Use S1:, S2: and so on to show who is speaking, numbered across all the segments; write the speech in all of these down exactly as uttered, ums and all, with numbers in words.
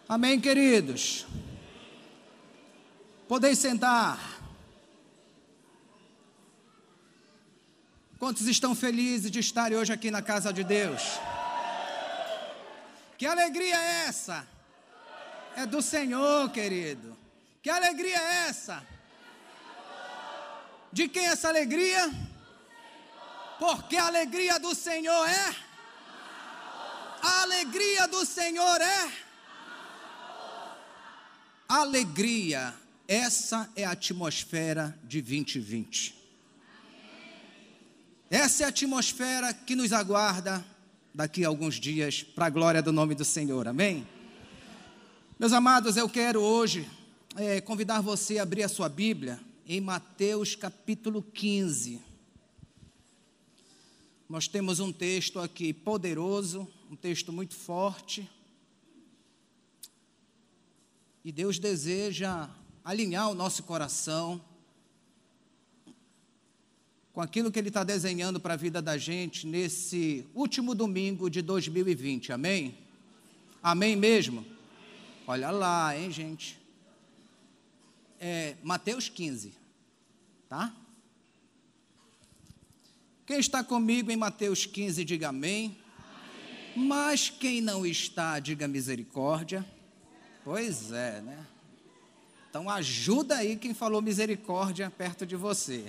S1: Amém, queridos? Podeis sentar. Quantos estão felizes de estar hoje aqui na casa de Deus? Que alegria é essa? É do Senhor, querido. Que alegria é essa? De quem é essa alegria? Porque a alegria do Senhor é? A alegria do Senhor é? Alegria, essa é a atmosfera de vinte e vinte. Essa é a atmosfera que nos aguarda daqui a alguns dias, para a glória do nome do Senhor, amém? Meus amados, eu quero hoje é, convidar você a abrir a sua Bíblia em Mateus capítulo quinze. Nós temos um texto aqui poderoso, um texto muito forte. E Deus deseja alinhar o nosso coração com aquilo que Ele está desenhando para a vida da gente nesse último domingo de dois mil e vinte, amém? Amém mesmo? Olha lá, hein, gente? É Mateus quinze, tá? Quem está comigo em Mateus quinze, diga amém. Amém. Mas quem não está, diga misericórdia. Pois é, né? Então ajuda aí quem falou misericórdia perto de você.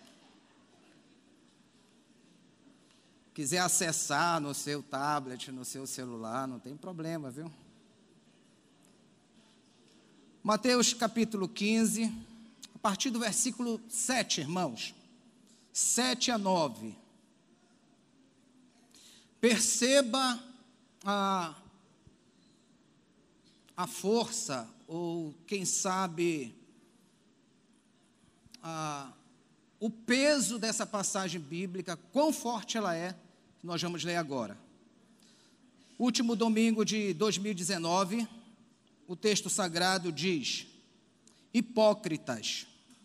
S1: Quiser acessar no seu tablet, no seu celular, não tem problema, viu? Mateus capítulo quinze, a partir do versículo sete, irmãos. sete a nove. Perceba a... a força, ou quem sabe, a, o peso dessa passagem bíblica, quão forte ela é, que nós vamos ler agora. Último domingo de dois mil e dezenove, o texto sagrado diz: hipócritas,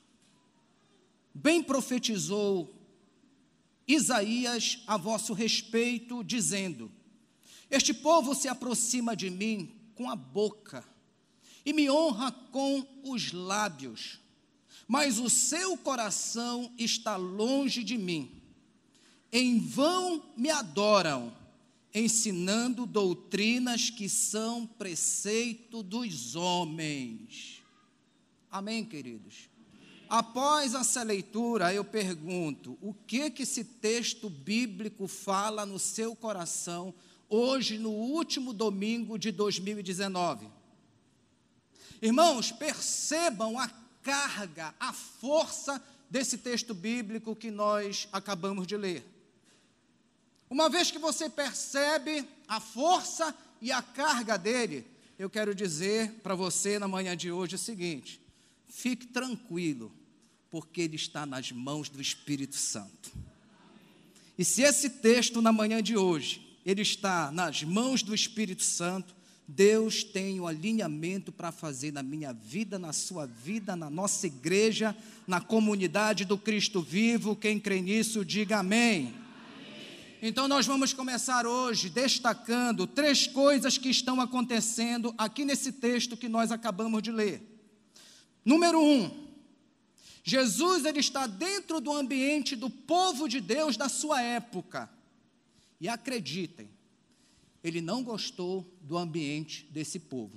S1: bem profetizou Isaías a vosso respeito, dizendo: este povo se aproxima de mim com a boca e me honra com os lábios, mas o seu coração está longe de mim. Em vão me adoram, ensinando doutrinas que são preceito dos homens. Amém, queridos? Após essa leitura, eu pergunto: o que que esse texto bíblico fala no seu coração hoje, no último domingo de dois mil e dezenove. Irmãos, percebam a carga, a força desse texto bíblico que nós acabamos de ler. Uma vez que você percebe a força e a carga dele, eu quero dizer para você na manhã de hoje o seguinte: fique tranquilo, porque ele está nas mãos do Espírito Santo. E se esse texto na manhã de hoje ele está nas mãos do Espírito Santo, Deus tem um alinhamento para fazer na minha vida, na sua vida, na nossa igreja, na comunidade do Cristo vivo. Quem crê nisso, diga amém. Amém. Então nós vamos começar hoje destacando três coisas que estão acontecendo aqui nesse texto que nós acabamos de ler. Número um, Jesus ele está dentro do ambiente do povo de Deus da sua época. E acreditem, ele não gostou do ambiente desse povo.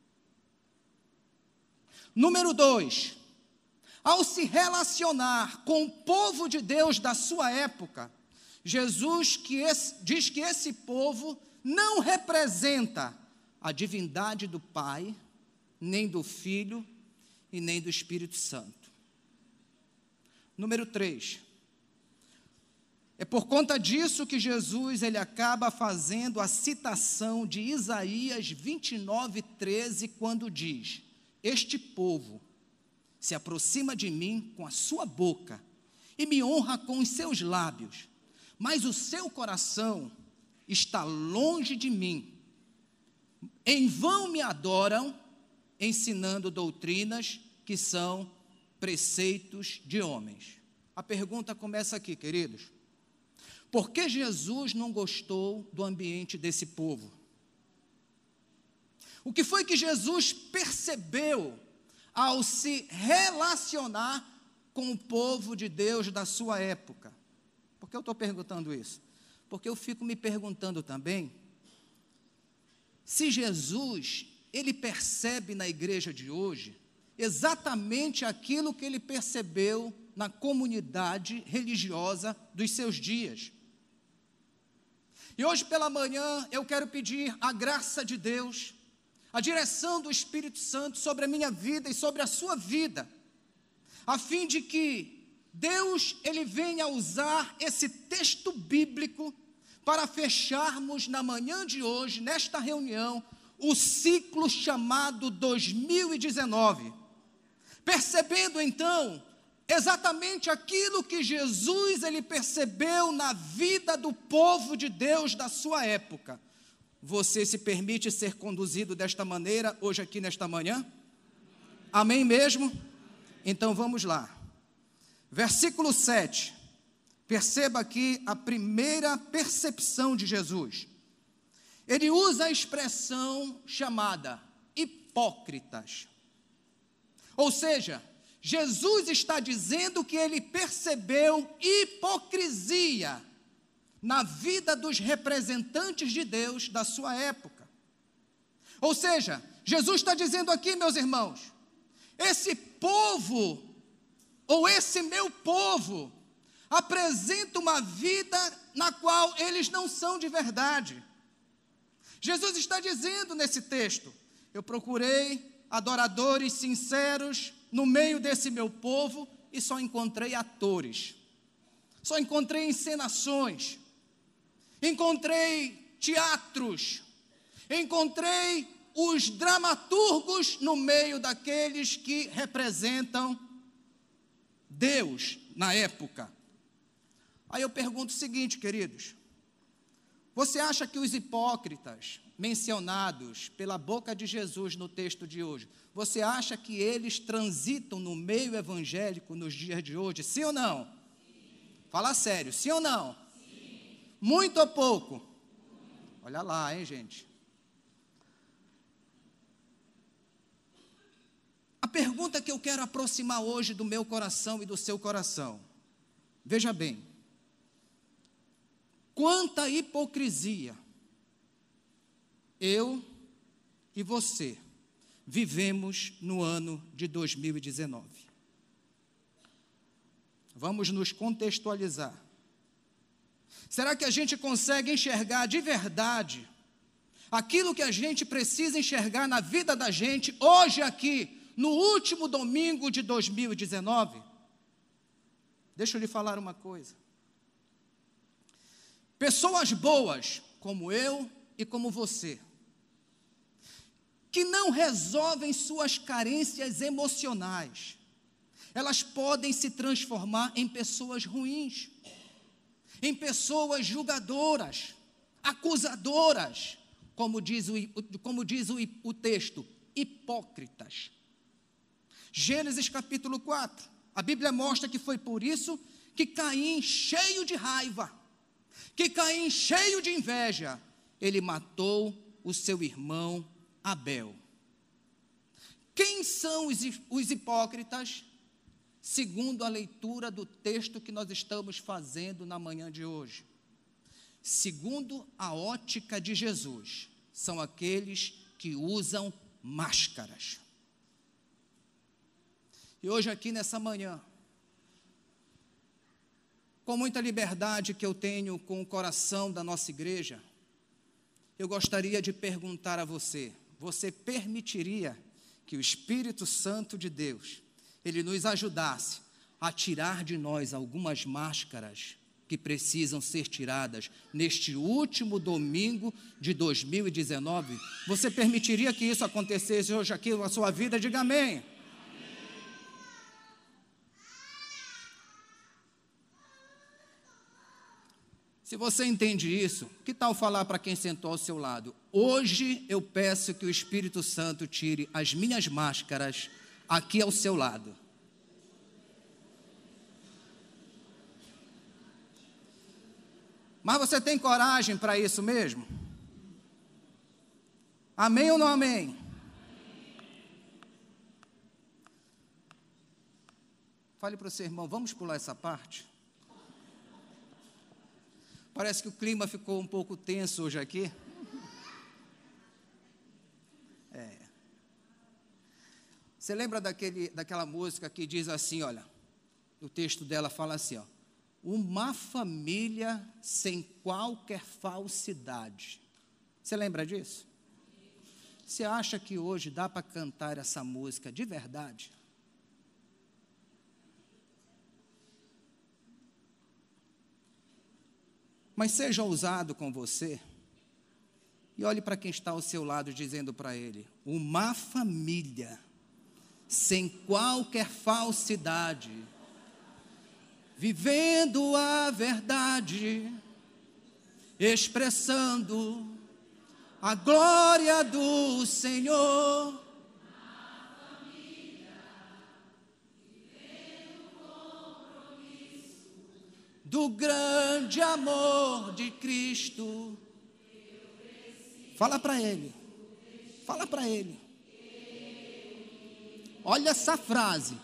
S1: Número dois, ao se relacionar com o povo de Deus da sua época, Jesus que esse, diz que esse povo não representa a divindade do Pai, nem do Filho e nem do Espírito Santo. Número três, é por conta disso que Jesus ele acaba fazendo a citação de Isaías vinte e nove, treze, quando diz: este povo se aproxima de mim com a sua boca e me honra com os seus lábios, mas o seu coração está longe de mim. Em vão me adoram, ensinando doutrinas que são preceitos de homens. A pergunta começa aqui, queridos. Por que Jesus não gostou do ambiente desse povo? O que foi que Jesus percebeu ao se relacionar com o povo de Deus da sua época? Por que eu estou perguntando isso? Porque eu fico me perguntando também, se Jesus, ele percebe na igreja de hoje, exatamente aquilo que ele percebeu na comunidade religiosa dos seus dias. E hoje pela manhã eu quero pedir a graça de Deus, a direção do Espírito Santo sobre a minha vida e sobre a sua vida, a fim de que Deus, ele venha usar esse texto bíblico para fecharmos na manhã de hoje, nesta reunião, o ciclo chamado dois mil e dezenove, percebendo então exatamente aquilo que Jesus ele percebeu na vida do povo de Deus da sua época. Você se permite ser conduzido desta maneira hoje aqui nesta manhã? Amém mesmo? Então vamos lá. Versículo sete. Perceba aqui a primeira percepção de Jesus. Ele usa a expressão chamada hipócritas. Ou seja, Jesus está dizendo que ele percebeu hipocrisia na vida dos representantes de Deus da sua época. Ou seja, Jesus está dizendo aqui, meus irmãos, esse povo, ou esse meu povo, apresenta uma vida na qual eles não são de verdade. Jesus está dizendo nesse texto, eu procurei adoradores sinceros no meio desse meu povo e só encontrei atores, só encontrei encenações, encontrei teatros, encontrei os dramaturgos no meio daqueles que representam Deus na época. Aí eu pergunto o seguinte, queridos, você acha que os hipócritas mencionados pela boca de Jesus no texto de hoje, você acha que eles transitam no meio evangélico nos dias de hoje, sim ou não? Sim. Fala sério, sim ou não? Sim. Muito ou pouco? Muito. Olha lá, hein, gente. A pergunta que eu quero aproximar hoje do meu coração e do seu coração, veja bem, quanta hipocrisia eu e você vivemos no ano de dois mil e dezenove. Vamos nos contextualizar. Será que a gente consegue enxergar de verdade aquilo que a gente precisa enxergar na vida da gente hoje aqui, no último domingo de dois mil e dezenove? Deixa eu lhe falar uma coisa. Pessoas boas, como eu e como você, que não resolvem suas carências emocionais, elas podem se transformar em pessoas ruins, em pessoas julgadoras, acusadoras, como diz o, como diz o, o texto, hipócritas. Gênesis capítulo quatro, a Bíblia mostra que foi por isso que Caim, cheio de raiva, que Caim, cheio de inveja, ele matou o seu irmão Abel. Quem são os, os hipócritas? Segundo a leitura do texto que nós estamos fazendo na manhã de hoje. Segundo a ótica de Jesus, são aqueles que usam máscaras. E hoje aqui nessa manhã, com muita liberdade que eu tenho com o coração da nossa igreja, eu gostaria de perguntar a você, você permitiria que o Espírito Santo de Deus, ele nos ajudasse a tirar de nós algumas máscaras que precisam ser tiradas neste último domingo de dois mil e dezenove? Você permitiria que isso acontecesse hoje aqui na sua vida? Diga amém. Se você entende isso, que tal falar para quem sentou ao seu lado? Hoje eu peço que o Espírito Santo tire as minhas máscaras aqui ao seu lado. Mas você tem coragem para isso mesmo? Amém ou não amém? Fale para o seu irmão, vamos pular essa parte? Parece que o clima ficou um pouco tenso hoje aqui. É. Você lembra daquele, daquela música que diz assim, olha, o texto dela fala assim, ó, uma família sem qualquer falsidade. Você lembra disso? Você acha que hoje dá para cantar essa música de verdade? Mas seja ousado com você e olhe para quem está ao seu lado dizendo para ele, uma família sem qualquer falsidade, vivendo a verdade, expressando a glória do Senhor. Uma família vivendo o compromisso do grande amor de Cristo. Fala para ele, fala para ele. Olha essa frase.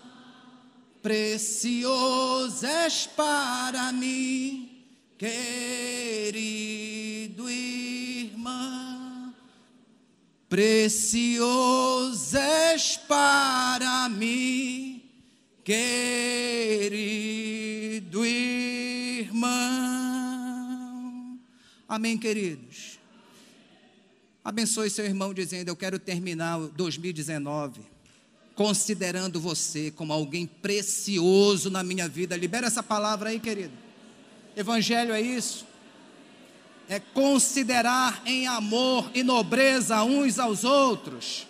S1: Precioso és para mim, querido irmão. Precioso és para mim, querido irmão. Amém, queridos? Abençoe seu irmão dizendo, eu quero terminar dois mil e dezenove considerando você como alguém precioso na minha vida. Libera essa palavra aí, querido. Evangelho é isso. É considerar em amor e nobreza uns aos outros.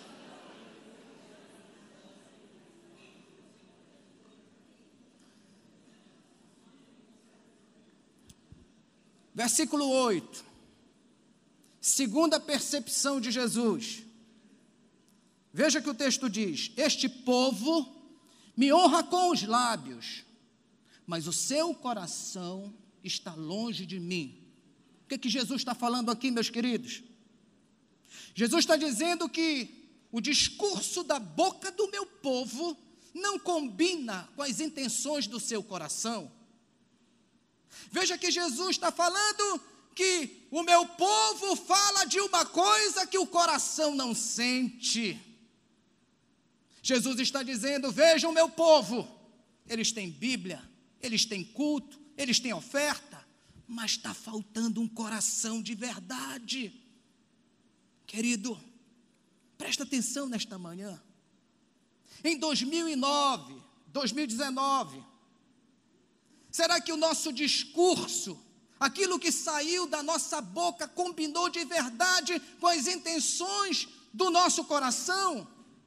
S1: Versículo oito. Segunda percepção de Jesus. Veja que o texto diz, este povo me honra com os lábios, mas o seu coração está longe de mim. O que, que Jesus está falando aqui, meus queridos? Jesus está dizendo que o discurso da boca do meu povo não combina com as intenções do seu coração. Veja que Jesus está falando que o meu povo fala de uma coisa que o coração não sente. Jesus está dizendo, vejam o meu povo, eles têm Bíblia, eles têm culto, eles têm oferta, mas está faltando um coração de verdade. Querido, presta atenção nesta manhã. Em dois mil e nove, dois mil e dezenove, será que o nosso discurso, aquilo que saiu da nossa boca, combinou de verdade com as intenções do nosso coração?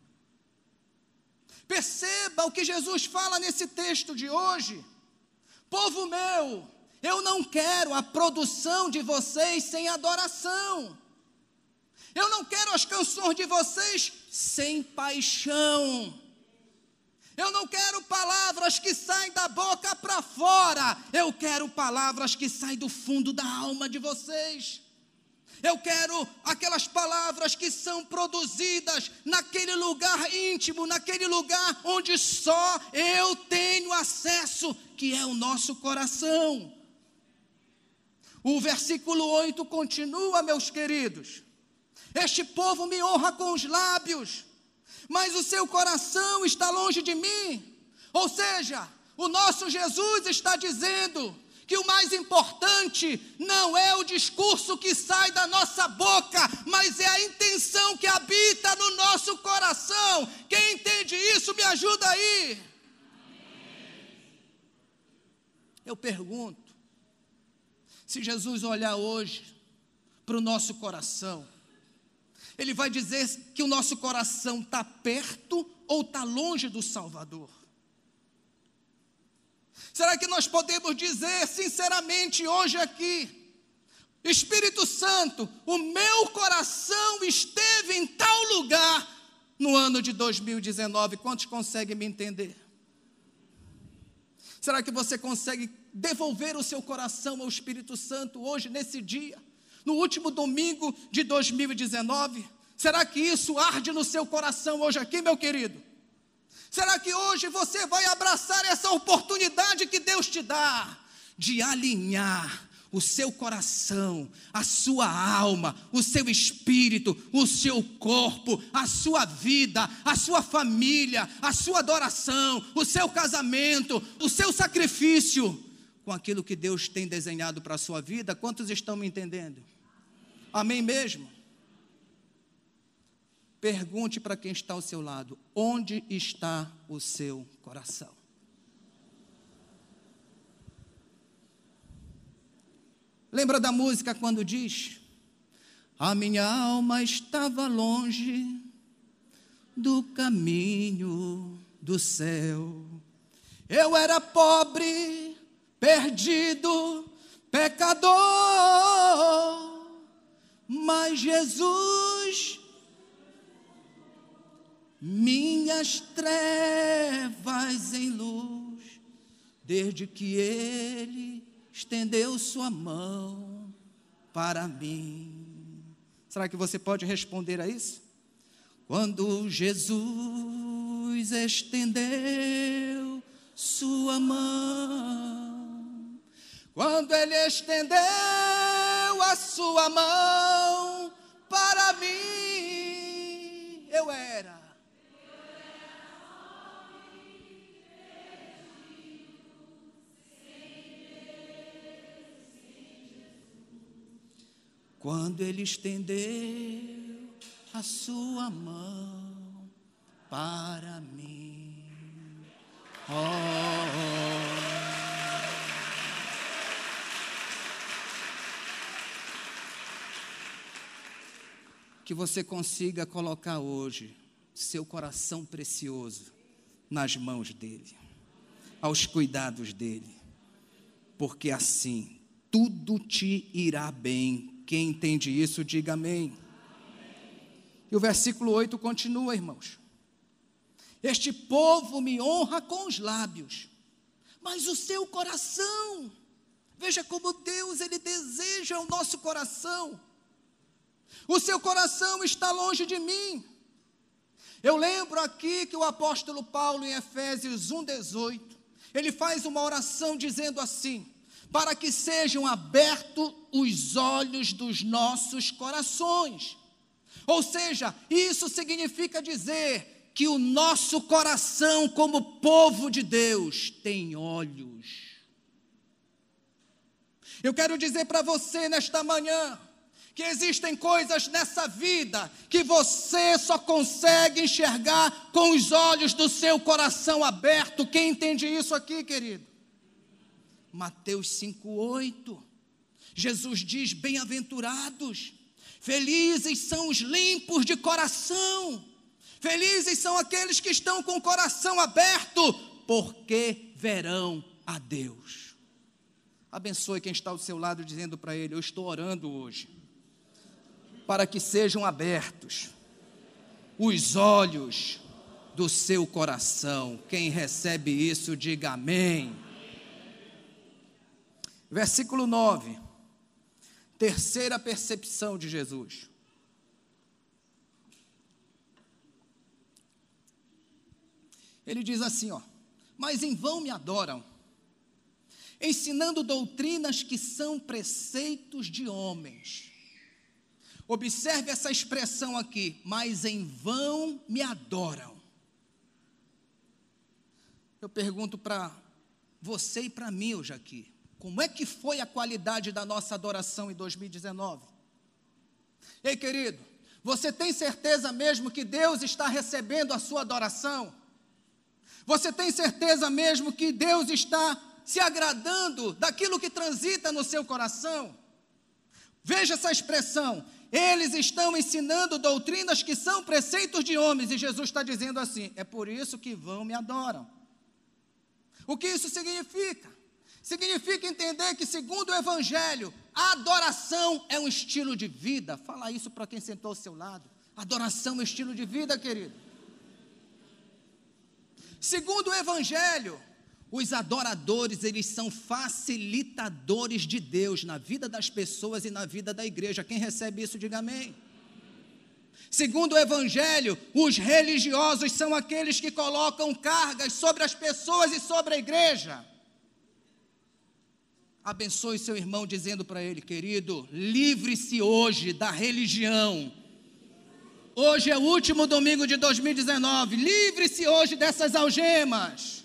S1: Perceba o que Jesus fala nesse texto de hoje. Povo meu, eu não quero a produção de vocês sem adoração. Eu não quero as canções de vocês sem paixão. Eu não quero palavras que saem da boca para fora. Eu quero palavras que saem do fundo da alma de vocês. Eu quero aquelas palavras que são produzidas naquele lugar íntimo, naquele lugar onde só eu tenho acesso, que é o nosso coração. O versículo oito continua, meus queridos. Este povo me honra com os lábios, mas o seu coração está longe de mim. Ou seja, o nosso Jesus está dizendo que o mais importante não é o discurso que sai da nossa boca, mas é a intenção que habita no nosso coração. Quem entende isso, me ajuda aí. Eu pergunto, se Jesus olhar hoje para o nosso coração, Ele vai dizer que o nosso coração está perto ou está longe do Salvador? Será que nós podemos dizer sinceramente hoje aqui, Espírito Santo, o meu coração esteve em tal lugar no ano de dois mil e dezenove, quantos conseguem me entender? Será que você consegue devolver o seu coração ao Espírito Santo hoje, nesse dia, no último domingo de dois mil e dezenove? Será que isso arde no seu coração hoje aqui, meu querido? Será que hoje você vai abraçar essa oportunidade que Deus te dá de alinhar o seu coração, a sua alma, o seu espírito, o seu corpo, a sua vida, a sua família, a sua adoração, o seu casamento, o seu sacrifício, com aquilo que Deus tem desenhado para a sua vida? Quantos estão me entendendo? Amém mesmo? Pergunte para quem está ao seu lado: onde está o seu coração? Lembra da música quando diz: a minha alma estava longe do caminho do céu, eu era pobre, perdido, pecador, mas Jesus minhas trevas em luz, desde que Ele estendeu sua mão para mim. Será que você pode responder a isso? Quando Jesus estendeu sua mão, quando Ele estendeu a sua mão para mim, eu era quando Ele estendeu a sua mão para mim. Oh, oh. Que você consiga colocar hoje seu coração precioso nas mãos dEle, aos cuidados dEle, porque assim tudo te irá bem. Quem entende isso, diga amém. Amém. E o versículo oito continua, irmãos: este povo me honra com os lábios, mas o seu coração, veja como Deus, Ele deseja o nosso coração, o seu coração está longe de mim. Eu lembro aqui que o apóstolo Paulo, em Efésios um, dezoito, ele faz uma oração dizendo assim: para que sejam abertos os olhos dos nossos corações. Ou seja, isso significa dizer que o nosso coração, como povo de Deus, tem olhos. Eu quero dizer para você nesta manhã, que existem coisas nessa vida que você só consegue enxergar com os olhos do seu coração aberto. Quem entende isso aqui, querido? Mateus cinco, oito, Jesus diz: bem-aventurados, felizes são os limpos de coração, felizes são aqueles que estão com o coração aberto, porque verão a Deus. Abençoe quem está ao seu lado, dizendo para ele: eu estou orando hoje, para que sejam abertos os olhos do seu coração. Quem recebe isso, diga amém. Versículo nove, terceira percepção de Jesus. Ele diz assim, ó: mas em vão me adoram, ensinando doutrinas que são preceitos de homens. Observe essa expressão aqui: mas em vão me adoram. Eu pergunto para você e para mim hoje aqui: como é que foi a qualidade da nossa adoração em dois mil e dezenove? Ei, querido, você tem certeza mesmo que Deus está recebendo a sua adoração? Você tem certeza mesmo que Deus está se agradando daquilo que transita no seu coração? Veja essa expressão: eles estão ensinando doutrinas que são preceitos de homens, e Jesus está dizendo assim: é por isso que vão me adoram. O que isso significa? Significa entender que, segundo o Evangelho, a adoração é um estilo de vida. Fala isso para quem sentou ao seu lado. Adoração é um estilo de vida, querido. Segundo o Evangelho, os adoradores, eles são facilitadores de Deus na vida das pessoas e na vida da igreja. Quem recebe isso, diga amém. Segundo o Evangelho, os religiosos são aqueles que colocam cargas sobre as pessoas e sobre a igreja. Abençoe seu irmão dizendo para ele: querido, livre-se hoje da religião. Hoje é o último domingo de dois mil e dezenove, livre-se hoje dessas algemas.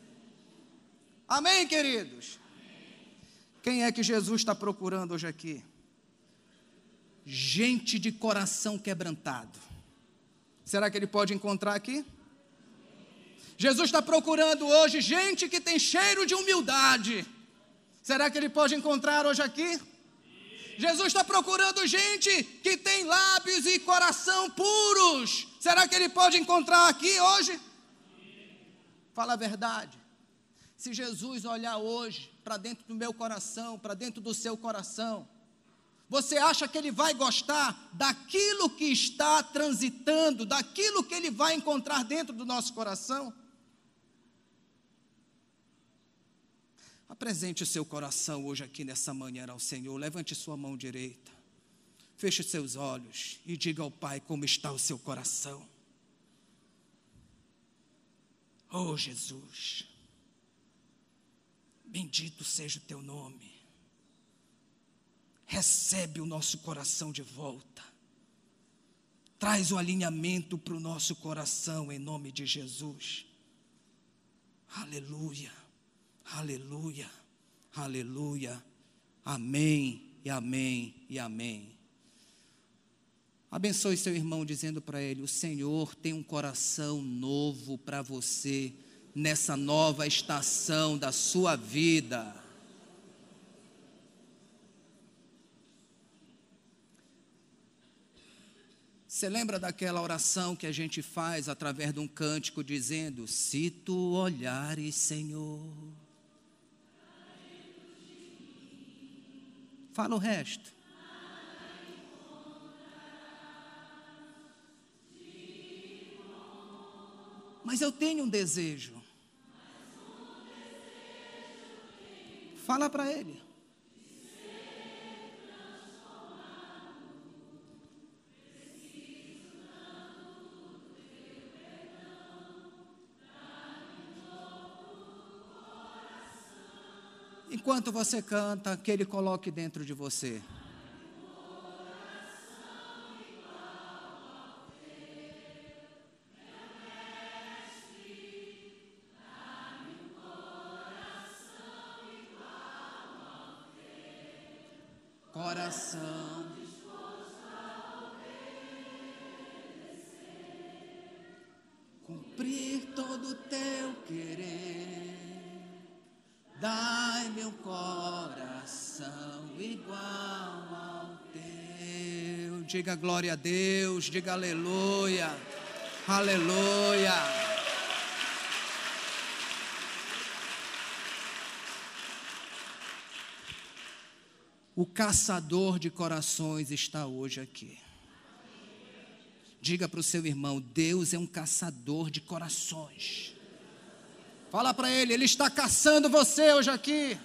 S1: Amém, queridos? Quem é que Jesus está procurando hoje aqui? Gente de coração quebrantado. Será que ele pode encontrar aqui? Jesus está procurando hoje gente que tem cheiro de humildade. Será que ele pode encontrar hoje aqui? Jesus está procurando gente que tem lábios e coração puros. Será que ele pode encontrar aqui hoje? Fala a verdade. Se Jesus olhar hoje para dentro do meu coração, para dentro do seu coração, você acha que ele vai gostar daquilo que está transitando, daquilo que ele vai encontrar dentro do nosso coração? Apresente o seu coração hoje aqui nessa manhã ao Senhor. Levante sua mão direita, feche seus olhos e diga ao Pai como está o seu coração. Oh Jesus, bendito seja o teu nome. Recebe o nosso coração de volta. Traz o alinhamento para o nosso coração em nome de Jesus. Aleluia, aleluia, aleluia. Amém e amém e amém. Abençoe seu irmão dizendo para ele: o Senhor tem um coração novo para você nessa nova estação da sua vida. Você lembra daquela oração que a gente faz através de um cântico dizendo: se tu olhares, Senhor. Fala o resto. Mas eu tenho um desejo. Fala para ele. Enquanto você canta, que ele coloque dentro de você. Coração cumprir todo o teu querer. Dai-me um coração igual ao teu. Diga glória a Deus, diga aleluia, aleluia. O caçador de corações está hoje aqui. Diga para o seu irmão: Deus é um caçador de corações. Fala para ele, ele está caçando você hoje aqui.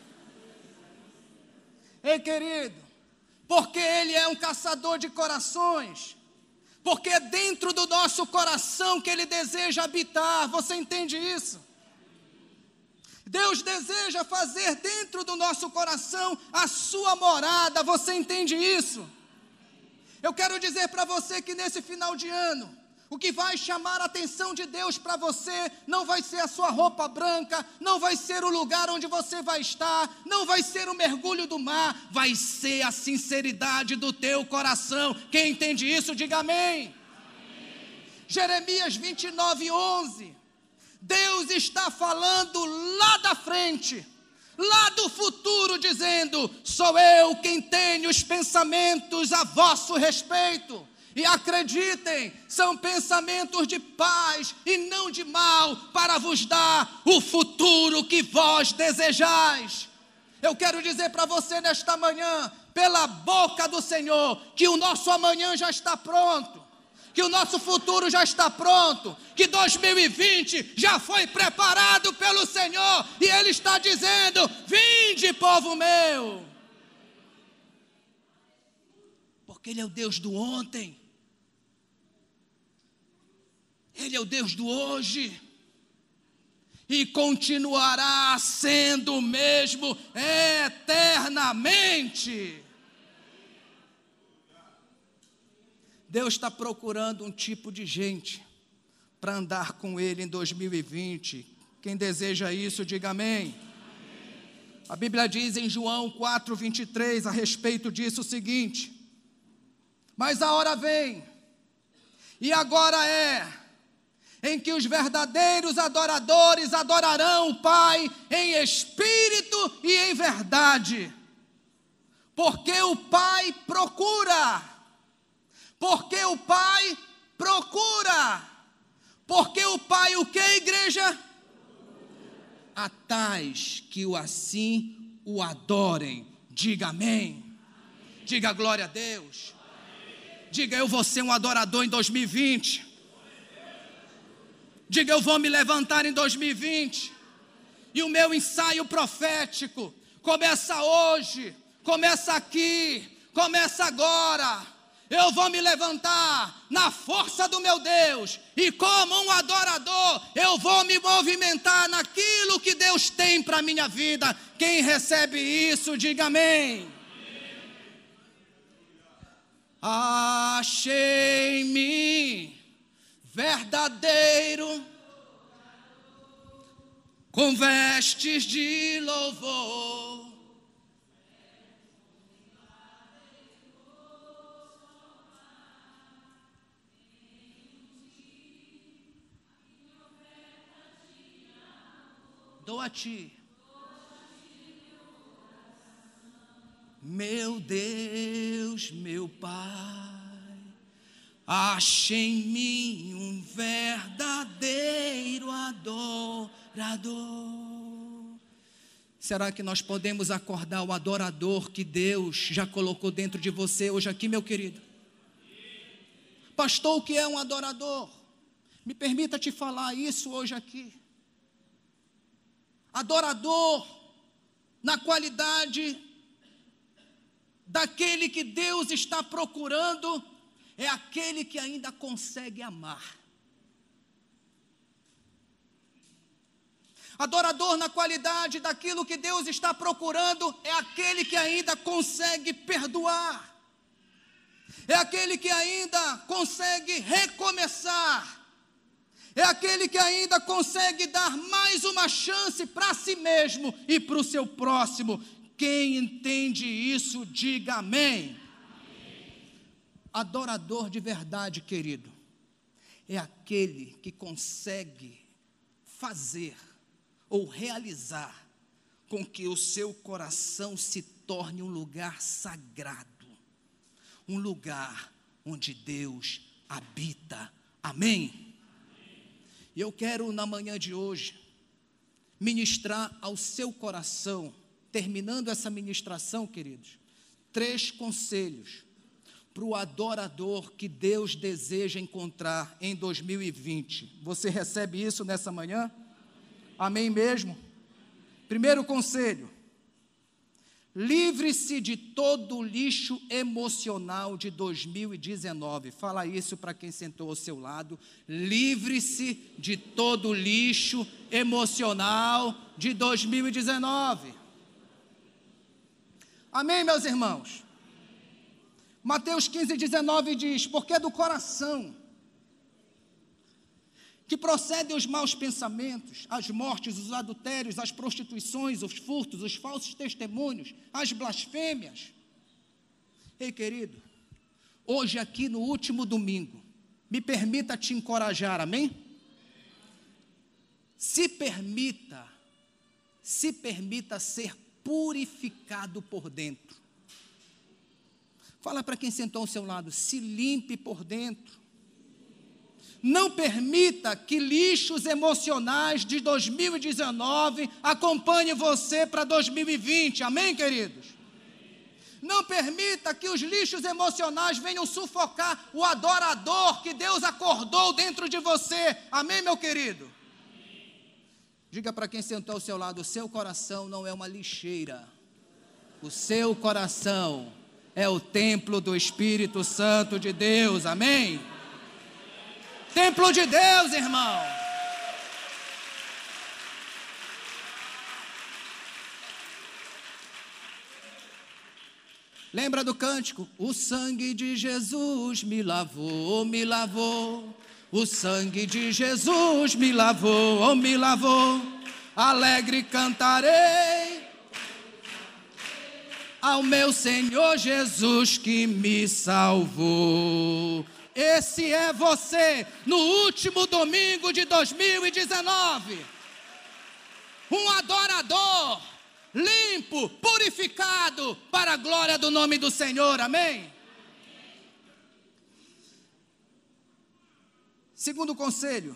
S1: Ei, querido, porque ele é um caçador de corações, porque é dentro do nosso coração que ele deseja habitar. Você entende isso? Deus deseja fazer dentro do nosso coração a sua morada. Você entende isso? Eu quero dizer para você que nesse final de ano, o que vai chamar a atenção de Deus para você não vai ser a sua roupa branca, não vai ser o lugar onde você vai estar, não vai ser o mergulho do mar, vai ser a sinceridade do teu coração. Quem entende isso, diga amém. Amém. Jeremias vinte e nove, onze. Deus está falando lá da frente, lá do futuro, dizendo: sou eu quem tenho os pensamentos a vosso respeito. E acreditem, são pensamentos de paz e não de mal, para vos dar o futuro que vós desejais. Eu quero dizer para você nesta manhã, pela boca do Senhor, que o nosso amanhã já está pronto, que o nosso futuro já está pronto, que dois mil e vinte já foi preparado pelo Senhor, e Ele está dizendo: vinde, povo meu. Porque Ele é o Deus do ontem, Ele é o Deus do hoje e continuará sendo o mesmo eternamente. Deus está procurando um tipo de gente para andar com Ele em dois mil e vinte. Quem deseja isso, diga amém. A Bíblia diz em João quatro, vinte e três, a respeito disso o seguinte: mas a hora vem, e agora é, em que os verdadeiros adoradores adorarão o Pai em espírito e em verdade, porque o Pai procura, porque o Pai procura, porque o Pai o que, igreja? A tais que o assim o adorem. Diga amém. Diga glória a Deus. Diga, eu vou ser um adorador em dois mil e vinte. Diga, eu vou me levantar em dois mil e vinte. E o meu ensaio profético começa hoje, começa aqui, começa agora. Eu vou me levantar na força do meu Deus, e como um adorador, eu vou me movimentar naquilo que Deus tem para a minha vida. Quem recebe isso, diga amém. Achei em mim verdadeiro, com vestes de louvor. Dou a ti, meu Deus, meu Pai, ache em mim um verdadeiro adorador. Será que nós podemos acordar o adorador que Deus já colocou dentro de você hoje aqui, meu querido? Pastor, o que é um adorador? Me permita te falar isso hoje aqui. Adorador, na qualidade daquele que Deus está procurando, é aquele que ainda consegue amar. Adorador, na qualidade daquilo que Deus está procurando, é aquele que ainda consegue perdoar. É aquele que ainda consegue recomeçar. É aquele que ainda consegue dar mais uma chance para si mesmo e para o seu próximo. Quem entende isso, diga amém. Amém. Adorador de verdade, querido, é aquele que consegue fazer ou realizar com que o seu coração se torne um lugar sagrado, um lugar onde Deus habita. Amém? E eu quero, na manhã de hoje, ministrar ao seu coração, terminando essa ministração, queridos, três conselhos para o adorador que Deus deseja encontrar em dois mil e vinte. Você recebe isso nessa manhã? Amém mesmo? Primeiro conselho: livre-se de todo o lixo emocional de dois mil e dezenove. Fala isso para quem sentou ao seu lado. Livre-se de todo o lixo emocional de dois mil e dezenove. Amém, meus irmãos? Mateus quinze, dezenove diz: porque do coração que procedem os maus pensamentos, as mortes, os adultérios, as prostituições, os furtos, os falsos testemunhos, as blasfêmias. Ei, querido, hoje aqui no último domingo, me permita te encorajar, amém? Se permita, se permita ser purificado por dentro. Fala para quem sentou ao seu lado, se limpe por dentro. Não permita que lixos emocionais de dois mil e dezenove acompanhem você para dois mil e vinte, amém, queridos? Não permita que os lixos emocionais venham sufocar o adorador que Deus acordou dentro de você, amém, meu querido? Amém. Diga para quem sentou ao seu lado, o seu coração não é uma lixeira, o seu coração é o templo do Espírito Santo de Deus, amém? templo de Deus, irmão. Lembra do cântico? O sangue de Jesus me lavou, me lavou. O sangue de Jesus me lavou, me lavou. Alegre cantarei ao meu Senhor Jesus que me salvou. Esse é você no último domingo de dois mil e dezenove. Um adorador limpo, purificado para a glória do nome do Senhor, amém? Segundo conselho,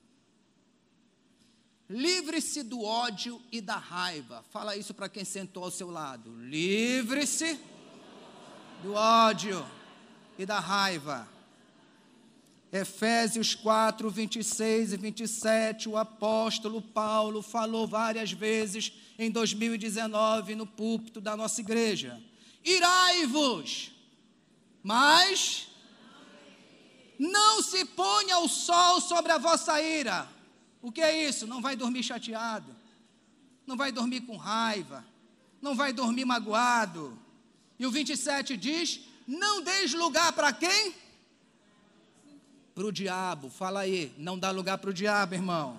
S1: livre-se do ódio e da raiva. Fala isso para quem sentou ao seu lado. Livre-se do ódio e da raiva. Efésios quatro, vinte e seis e vinte e sete, o apóstolo Paulo falou várias vezes em dois mil e dezenove no púlpito da nossa igreja. Irai-vos, mas não se ponha o sol sobre a vossa ira. O que é isso? Não vai dormir chateado, não vai dormir com raiva, não vai dormir magoado. E o vinte e sete diz, não deis lugar para quem? Para o diabo. Fala aí, não dá lugar para o diabo, irmão.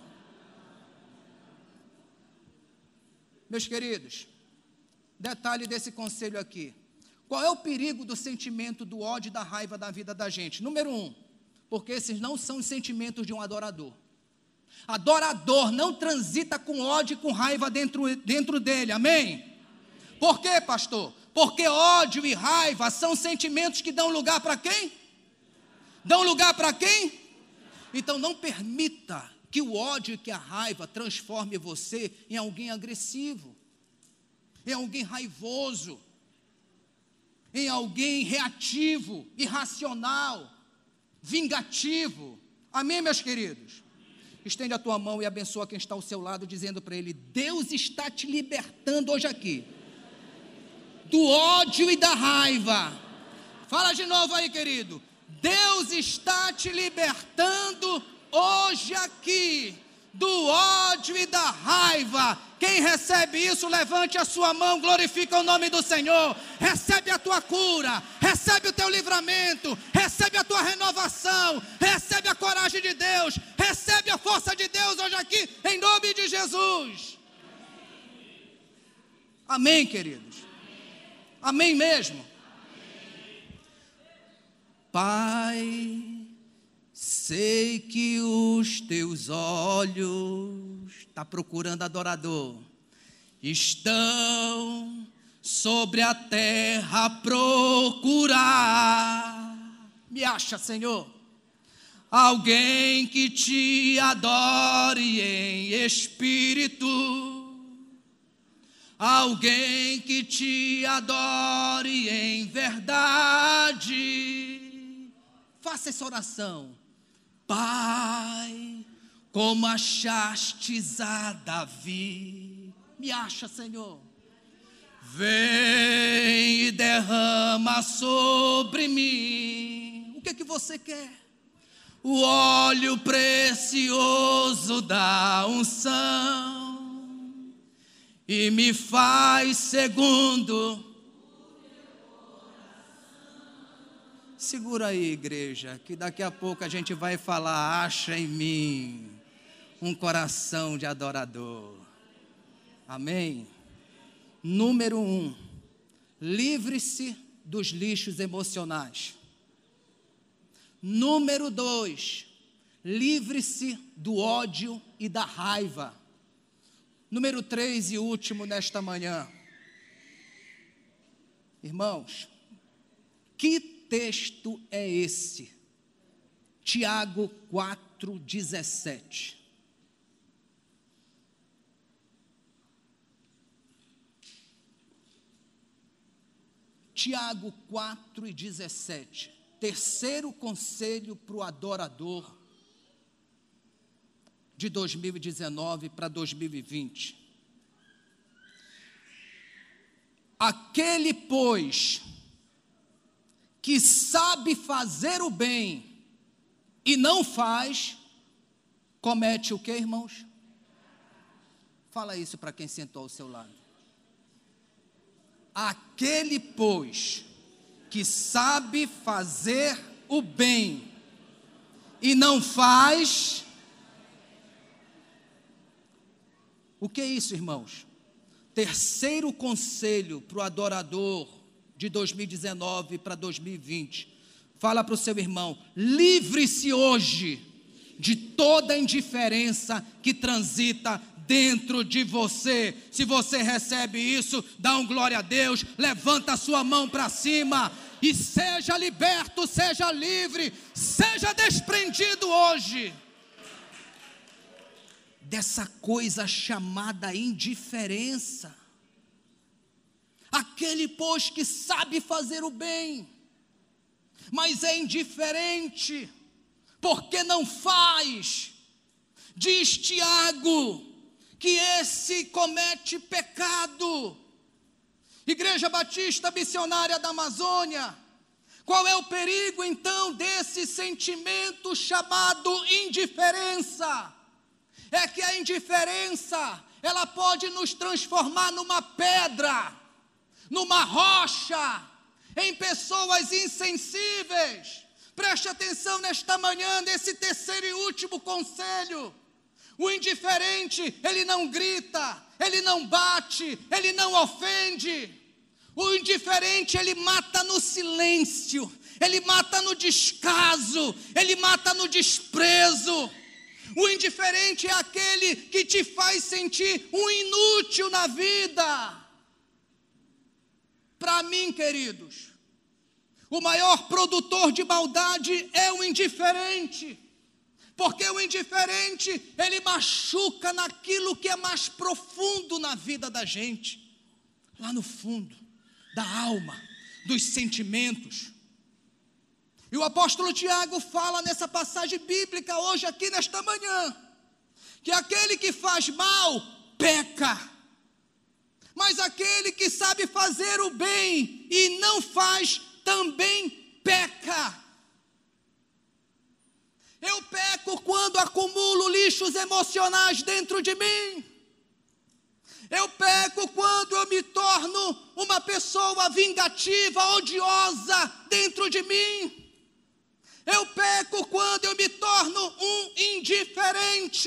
S1: Meus queridos, detalhe desse conselho aqui. Qual é o perigo do sentimento do ódio e da raiva da vida da gente? Número um, porque esses não são os sentimentos de um adorador. Adorador não transita com ódio e com raiva dentro, dentro dele, amém? Por quê, pastor? Porque ódio e raiva são sentimentos que dão lugar para quem? Dão lugar para quem? Então não permita que o ódio e que a raiva transforme você em alguém agressivo, em alguém raivoso, em alguém reativo, irracional, vingativo. Amém, meus queridos? Estende a tua mão e abençoa quem está ao seu lado, dizendo para ele, Deus está te libertando hoje aqui, do ódio e da raiva. Fala de novo aí, querido. Deus está te libertando hoje aqui, do ódio e da raiva. Quem recebe isso, levante a sua mão, glorifica o nome do Senhor. Recebe a tua cura, recebe o teu livramento, recebe a tua renovação, recebe a coragem de Deus, recebe a força de Deus hoje aqui, em nome de Jesus. Amém, queridos? Amém mesmo? Pai, sei que os teus olhos, está procurando adorador, estão sobre a terra a procurar. Me acha, Senhor, alguém que te adore em espírito, alguém que te adore em verdade. Faça essa oração. Pai, como achastes a Davi, me acha, Senhor. Vem e derrama sobre mim. O que é que você quer? O óleo precioso da unção e me faz segundo. Segura aí, igreja, que daqui a pouco a gente vai falar, acha em mim um coração de adorador. Amém? Número um, livre-se dos lixos emocionais. Número dois, livre-se do ódio e da raiva. Número três e último nesta manhã. Irmãos, que texto é esse? Tiago quatro, dezessete. Tiago quatro e dezessete. Terceiro conselho para o adorador de dois mil e dezenove para dois mil e vinte. Aquele, pois, que sabe fazer o bem e não faz, comete o que, irmãos? Fala isso para quem sentou ao seu lado. Aquele, pois, que sabe fazer o bem e não faz. O que é isso, irmãos? Terceiro conselho para o adorador de dois mil e dezenove para dois mil e vinte. Fala para o seu irmão: livre-se hoje de toda indiferença que transita dentro de você. Se você recebe isso, dá um glória a Deus, levanta a sua mão para cima e seja liberto, seja livre, seja desprendido hoje dessa coisa chamada indiferença. Aquele, pois, que sabe fazer o bem, mas é indiferente, porque não faz. Diz Tiago que esse comete pecado. Igreja Batista Missionária da Amazônia, qual é o perigo então desse sentimento chamado indiferença? É que a indiferença, ela pode nos transformar numa pedra, numa rocha, em pessoas insensíveis. Preste atenção nesta manhã, nesse terceiro e último conselho. O indiferente, ele não grita, ele não bate, ele não ofende. O indiferente, ele mata no silêncio, ele mata no descaso, ele mata no desprezo. O indiferente é aquele que te faz sentir um inútil na vida. Para mim, queridos, o maior produtor de maldade é o indiferente. Porque o indiferente, ele machuca naquilo que é mais profundo na vida da gente. Lá no fundo, da alma, dos sentimentos. E o apóstolo Tiago fala nessa passagem bíblica hoje aqui nesta manhã, que aquele que faz mal, peca. Mas aquele que sabe fazer o bem e não faz, também peca. Eu peco quando acumulo lixos emocionais dentro de mim. Eu peco quando eu me torno uma pessoa vingativa, odiosa dentro de mim. Eu peco quando eu me torno um indiferente.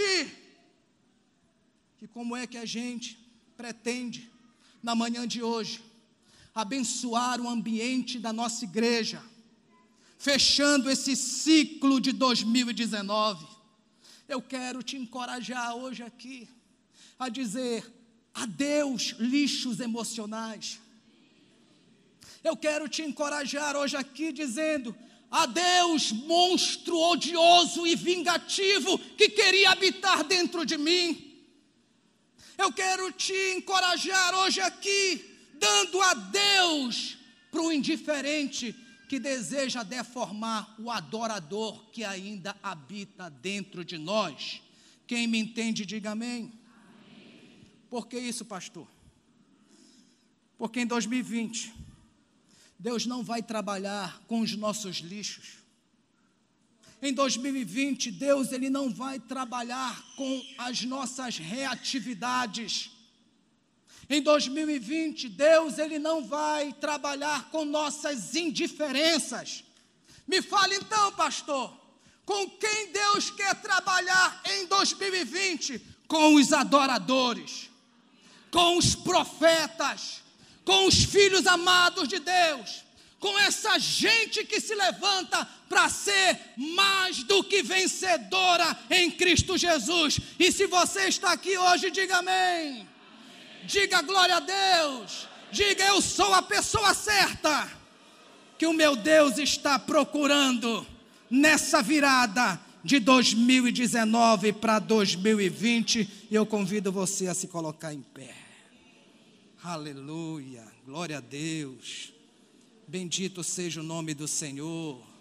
S1: E como é que a gente pretende, na manhã de hoje, abençoar o ambiente da nossa igreja, fechando esse ciclo de dois mil e dezenove? Eu quero te encorajar hoje aqui a dizer adeus lixos emocionais. Eu quero te encorajar hoje aqui dizendo adeus monstro odioso e vingativo que queria habitar dentro de mim. Eu quero te encorajar hoje aqui dando adeus para o indiferente que deseja deformar o adorador que ainda habita dentro de nós. Quem me entende, diga amém. Amém. Por que isso, pastor? Porque em dois mil e vinte, Deus não vai trabalhar com os nossos lixos. Em dois mil e vinte, Deus ele não vai trabalhar com as nossas reatividades. Em dois mil e vinte, Deus ele não vai trabalhar com nossas indiferenças. Me fale então, pastor, com quem Deus quer trabalhar em dois mil e vinte? Com os adoradores, com os profetas, com os filhos amados de Deus, com essa gente que se levanta para ser mais do que vencedora em Cristo Jesus. E se você está aqui hoje, diga amém. Diga glória a Deus, diga eu sou a pessoa certa, que o meu Deus está procurando nessa virada de dois mil e dezenove para dois mil e vinte, e eu convido você a se colocar em pé. Aleluia, glória a Deus, bendito seja o nome do Senhor.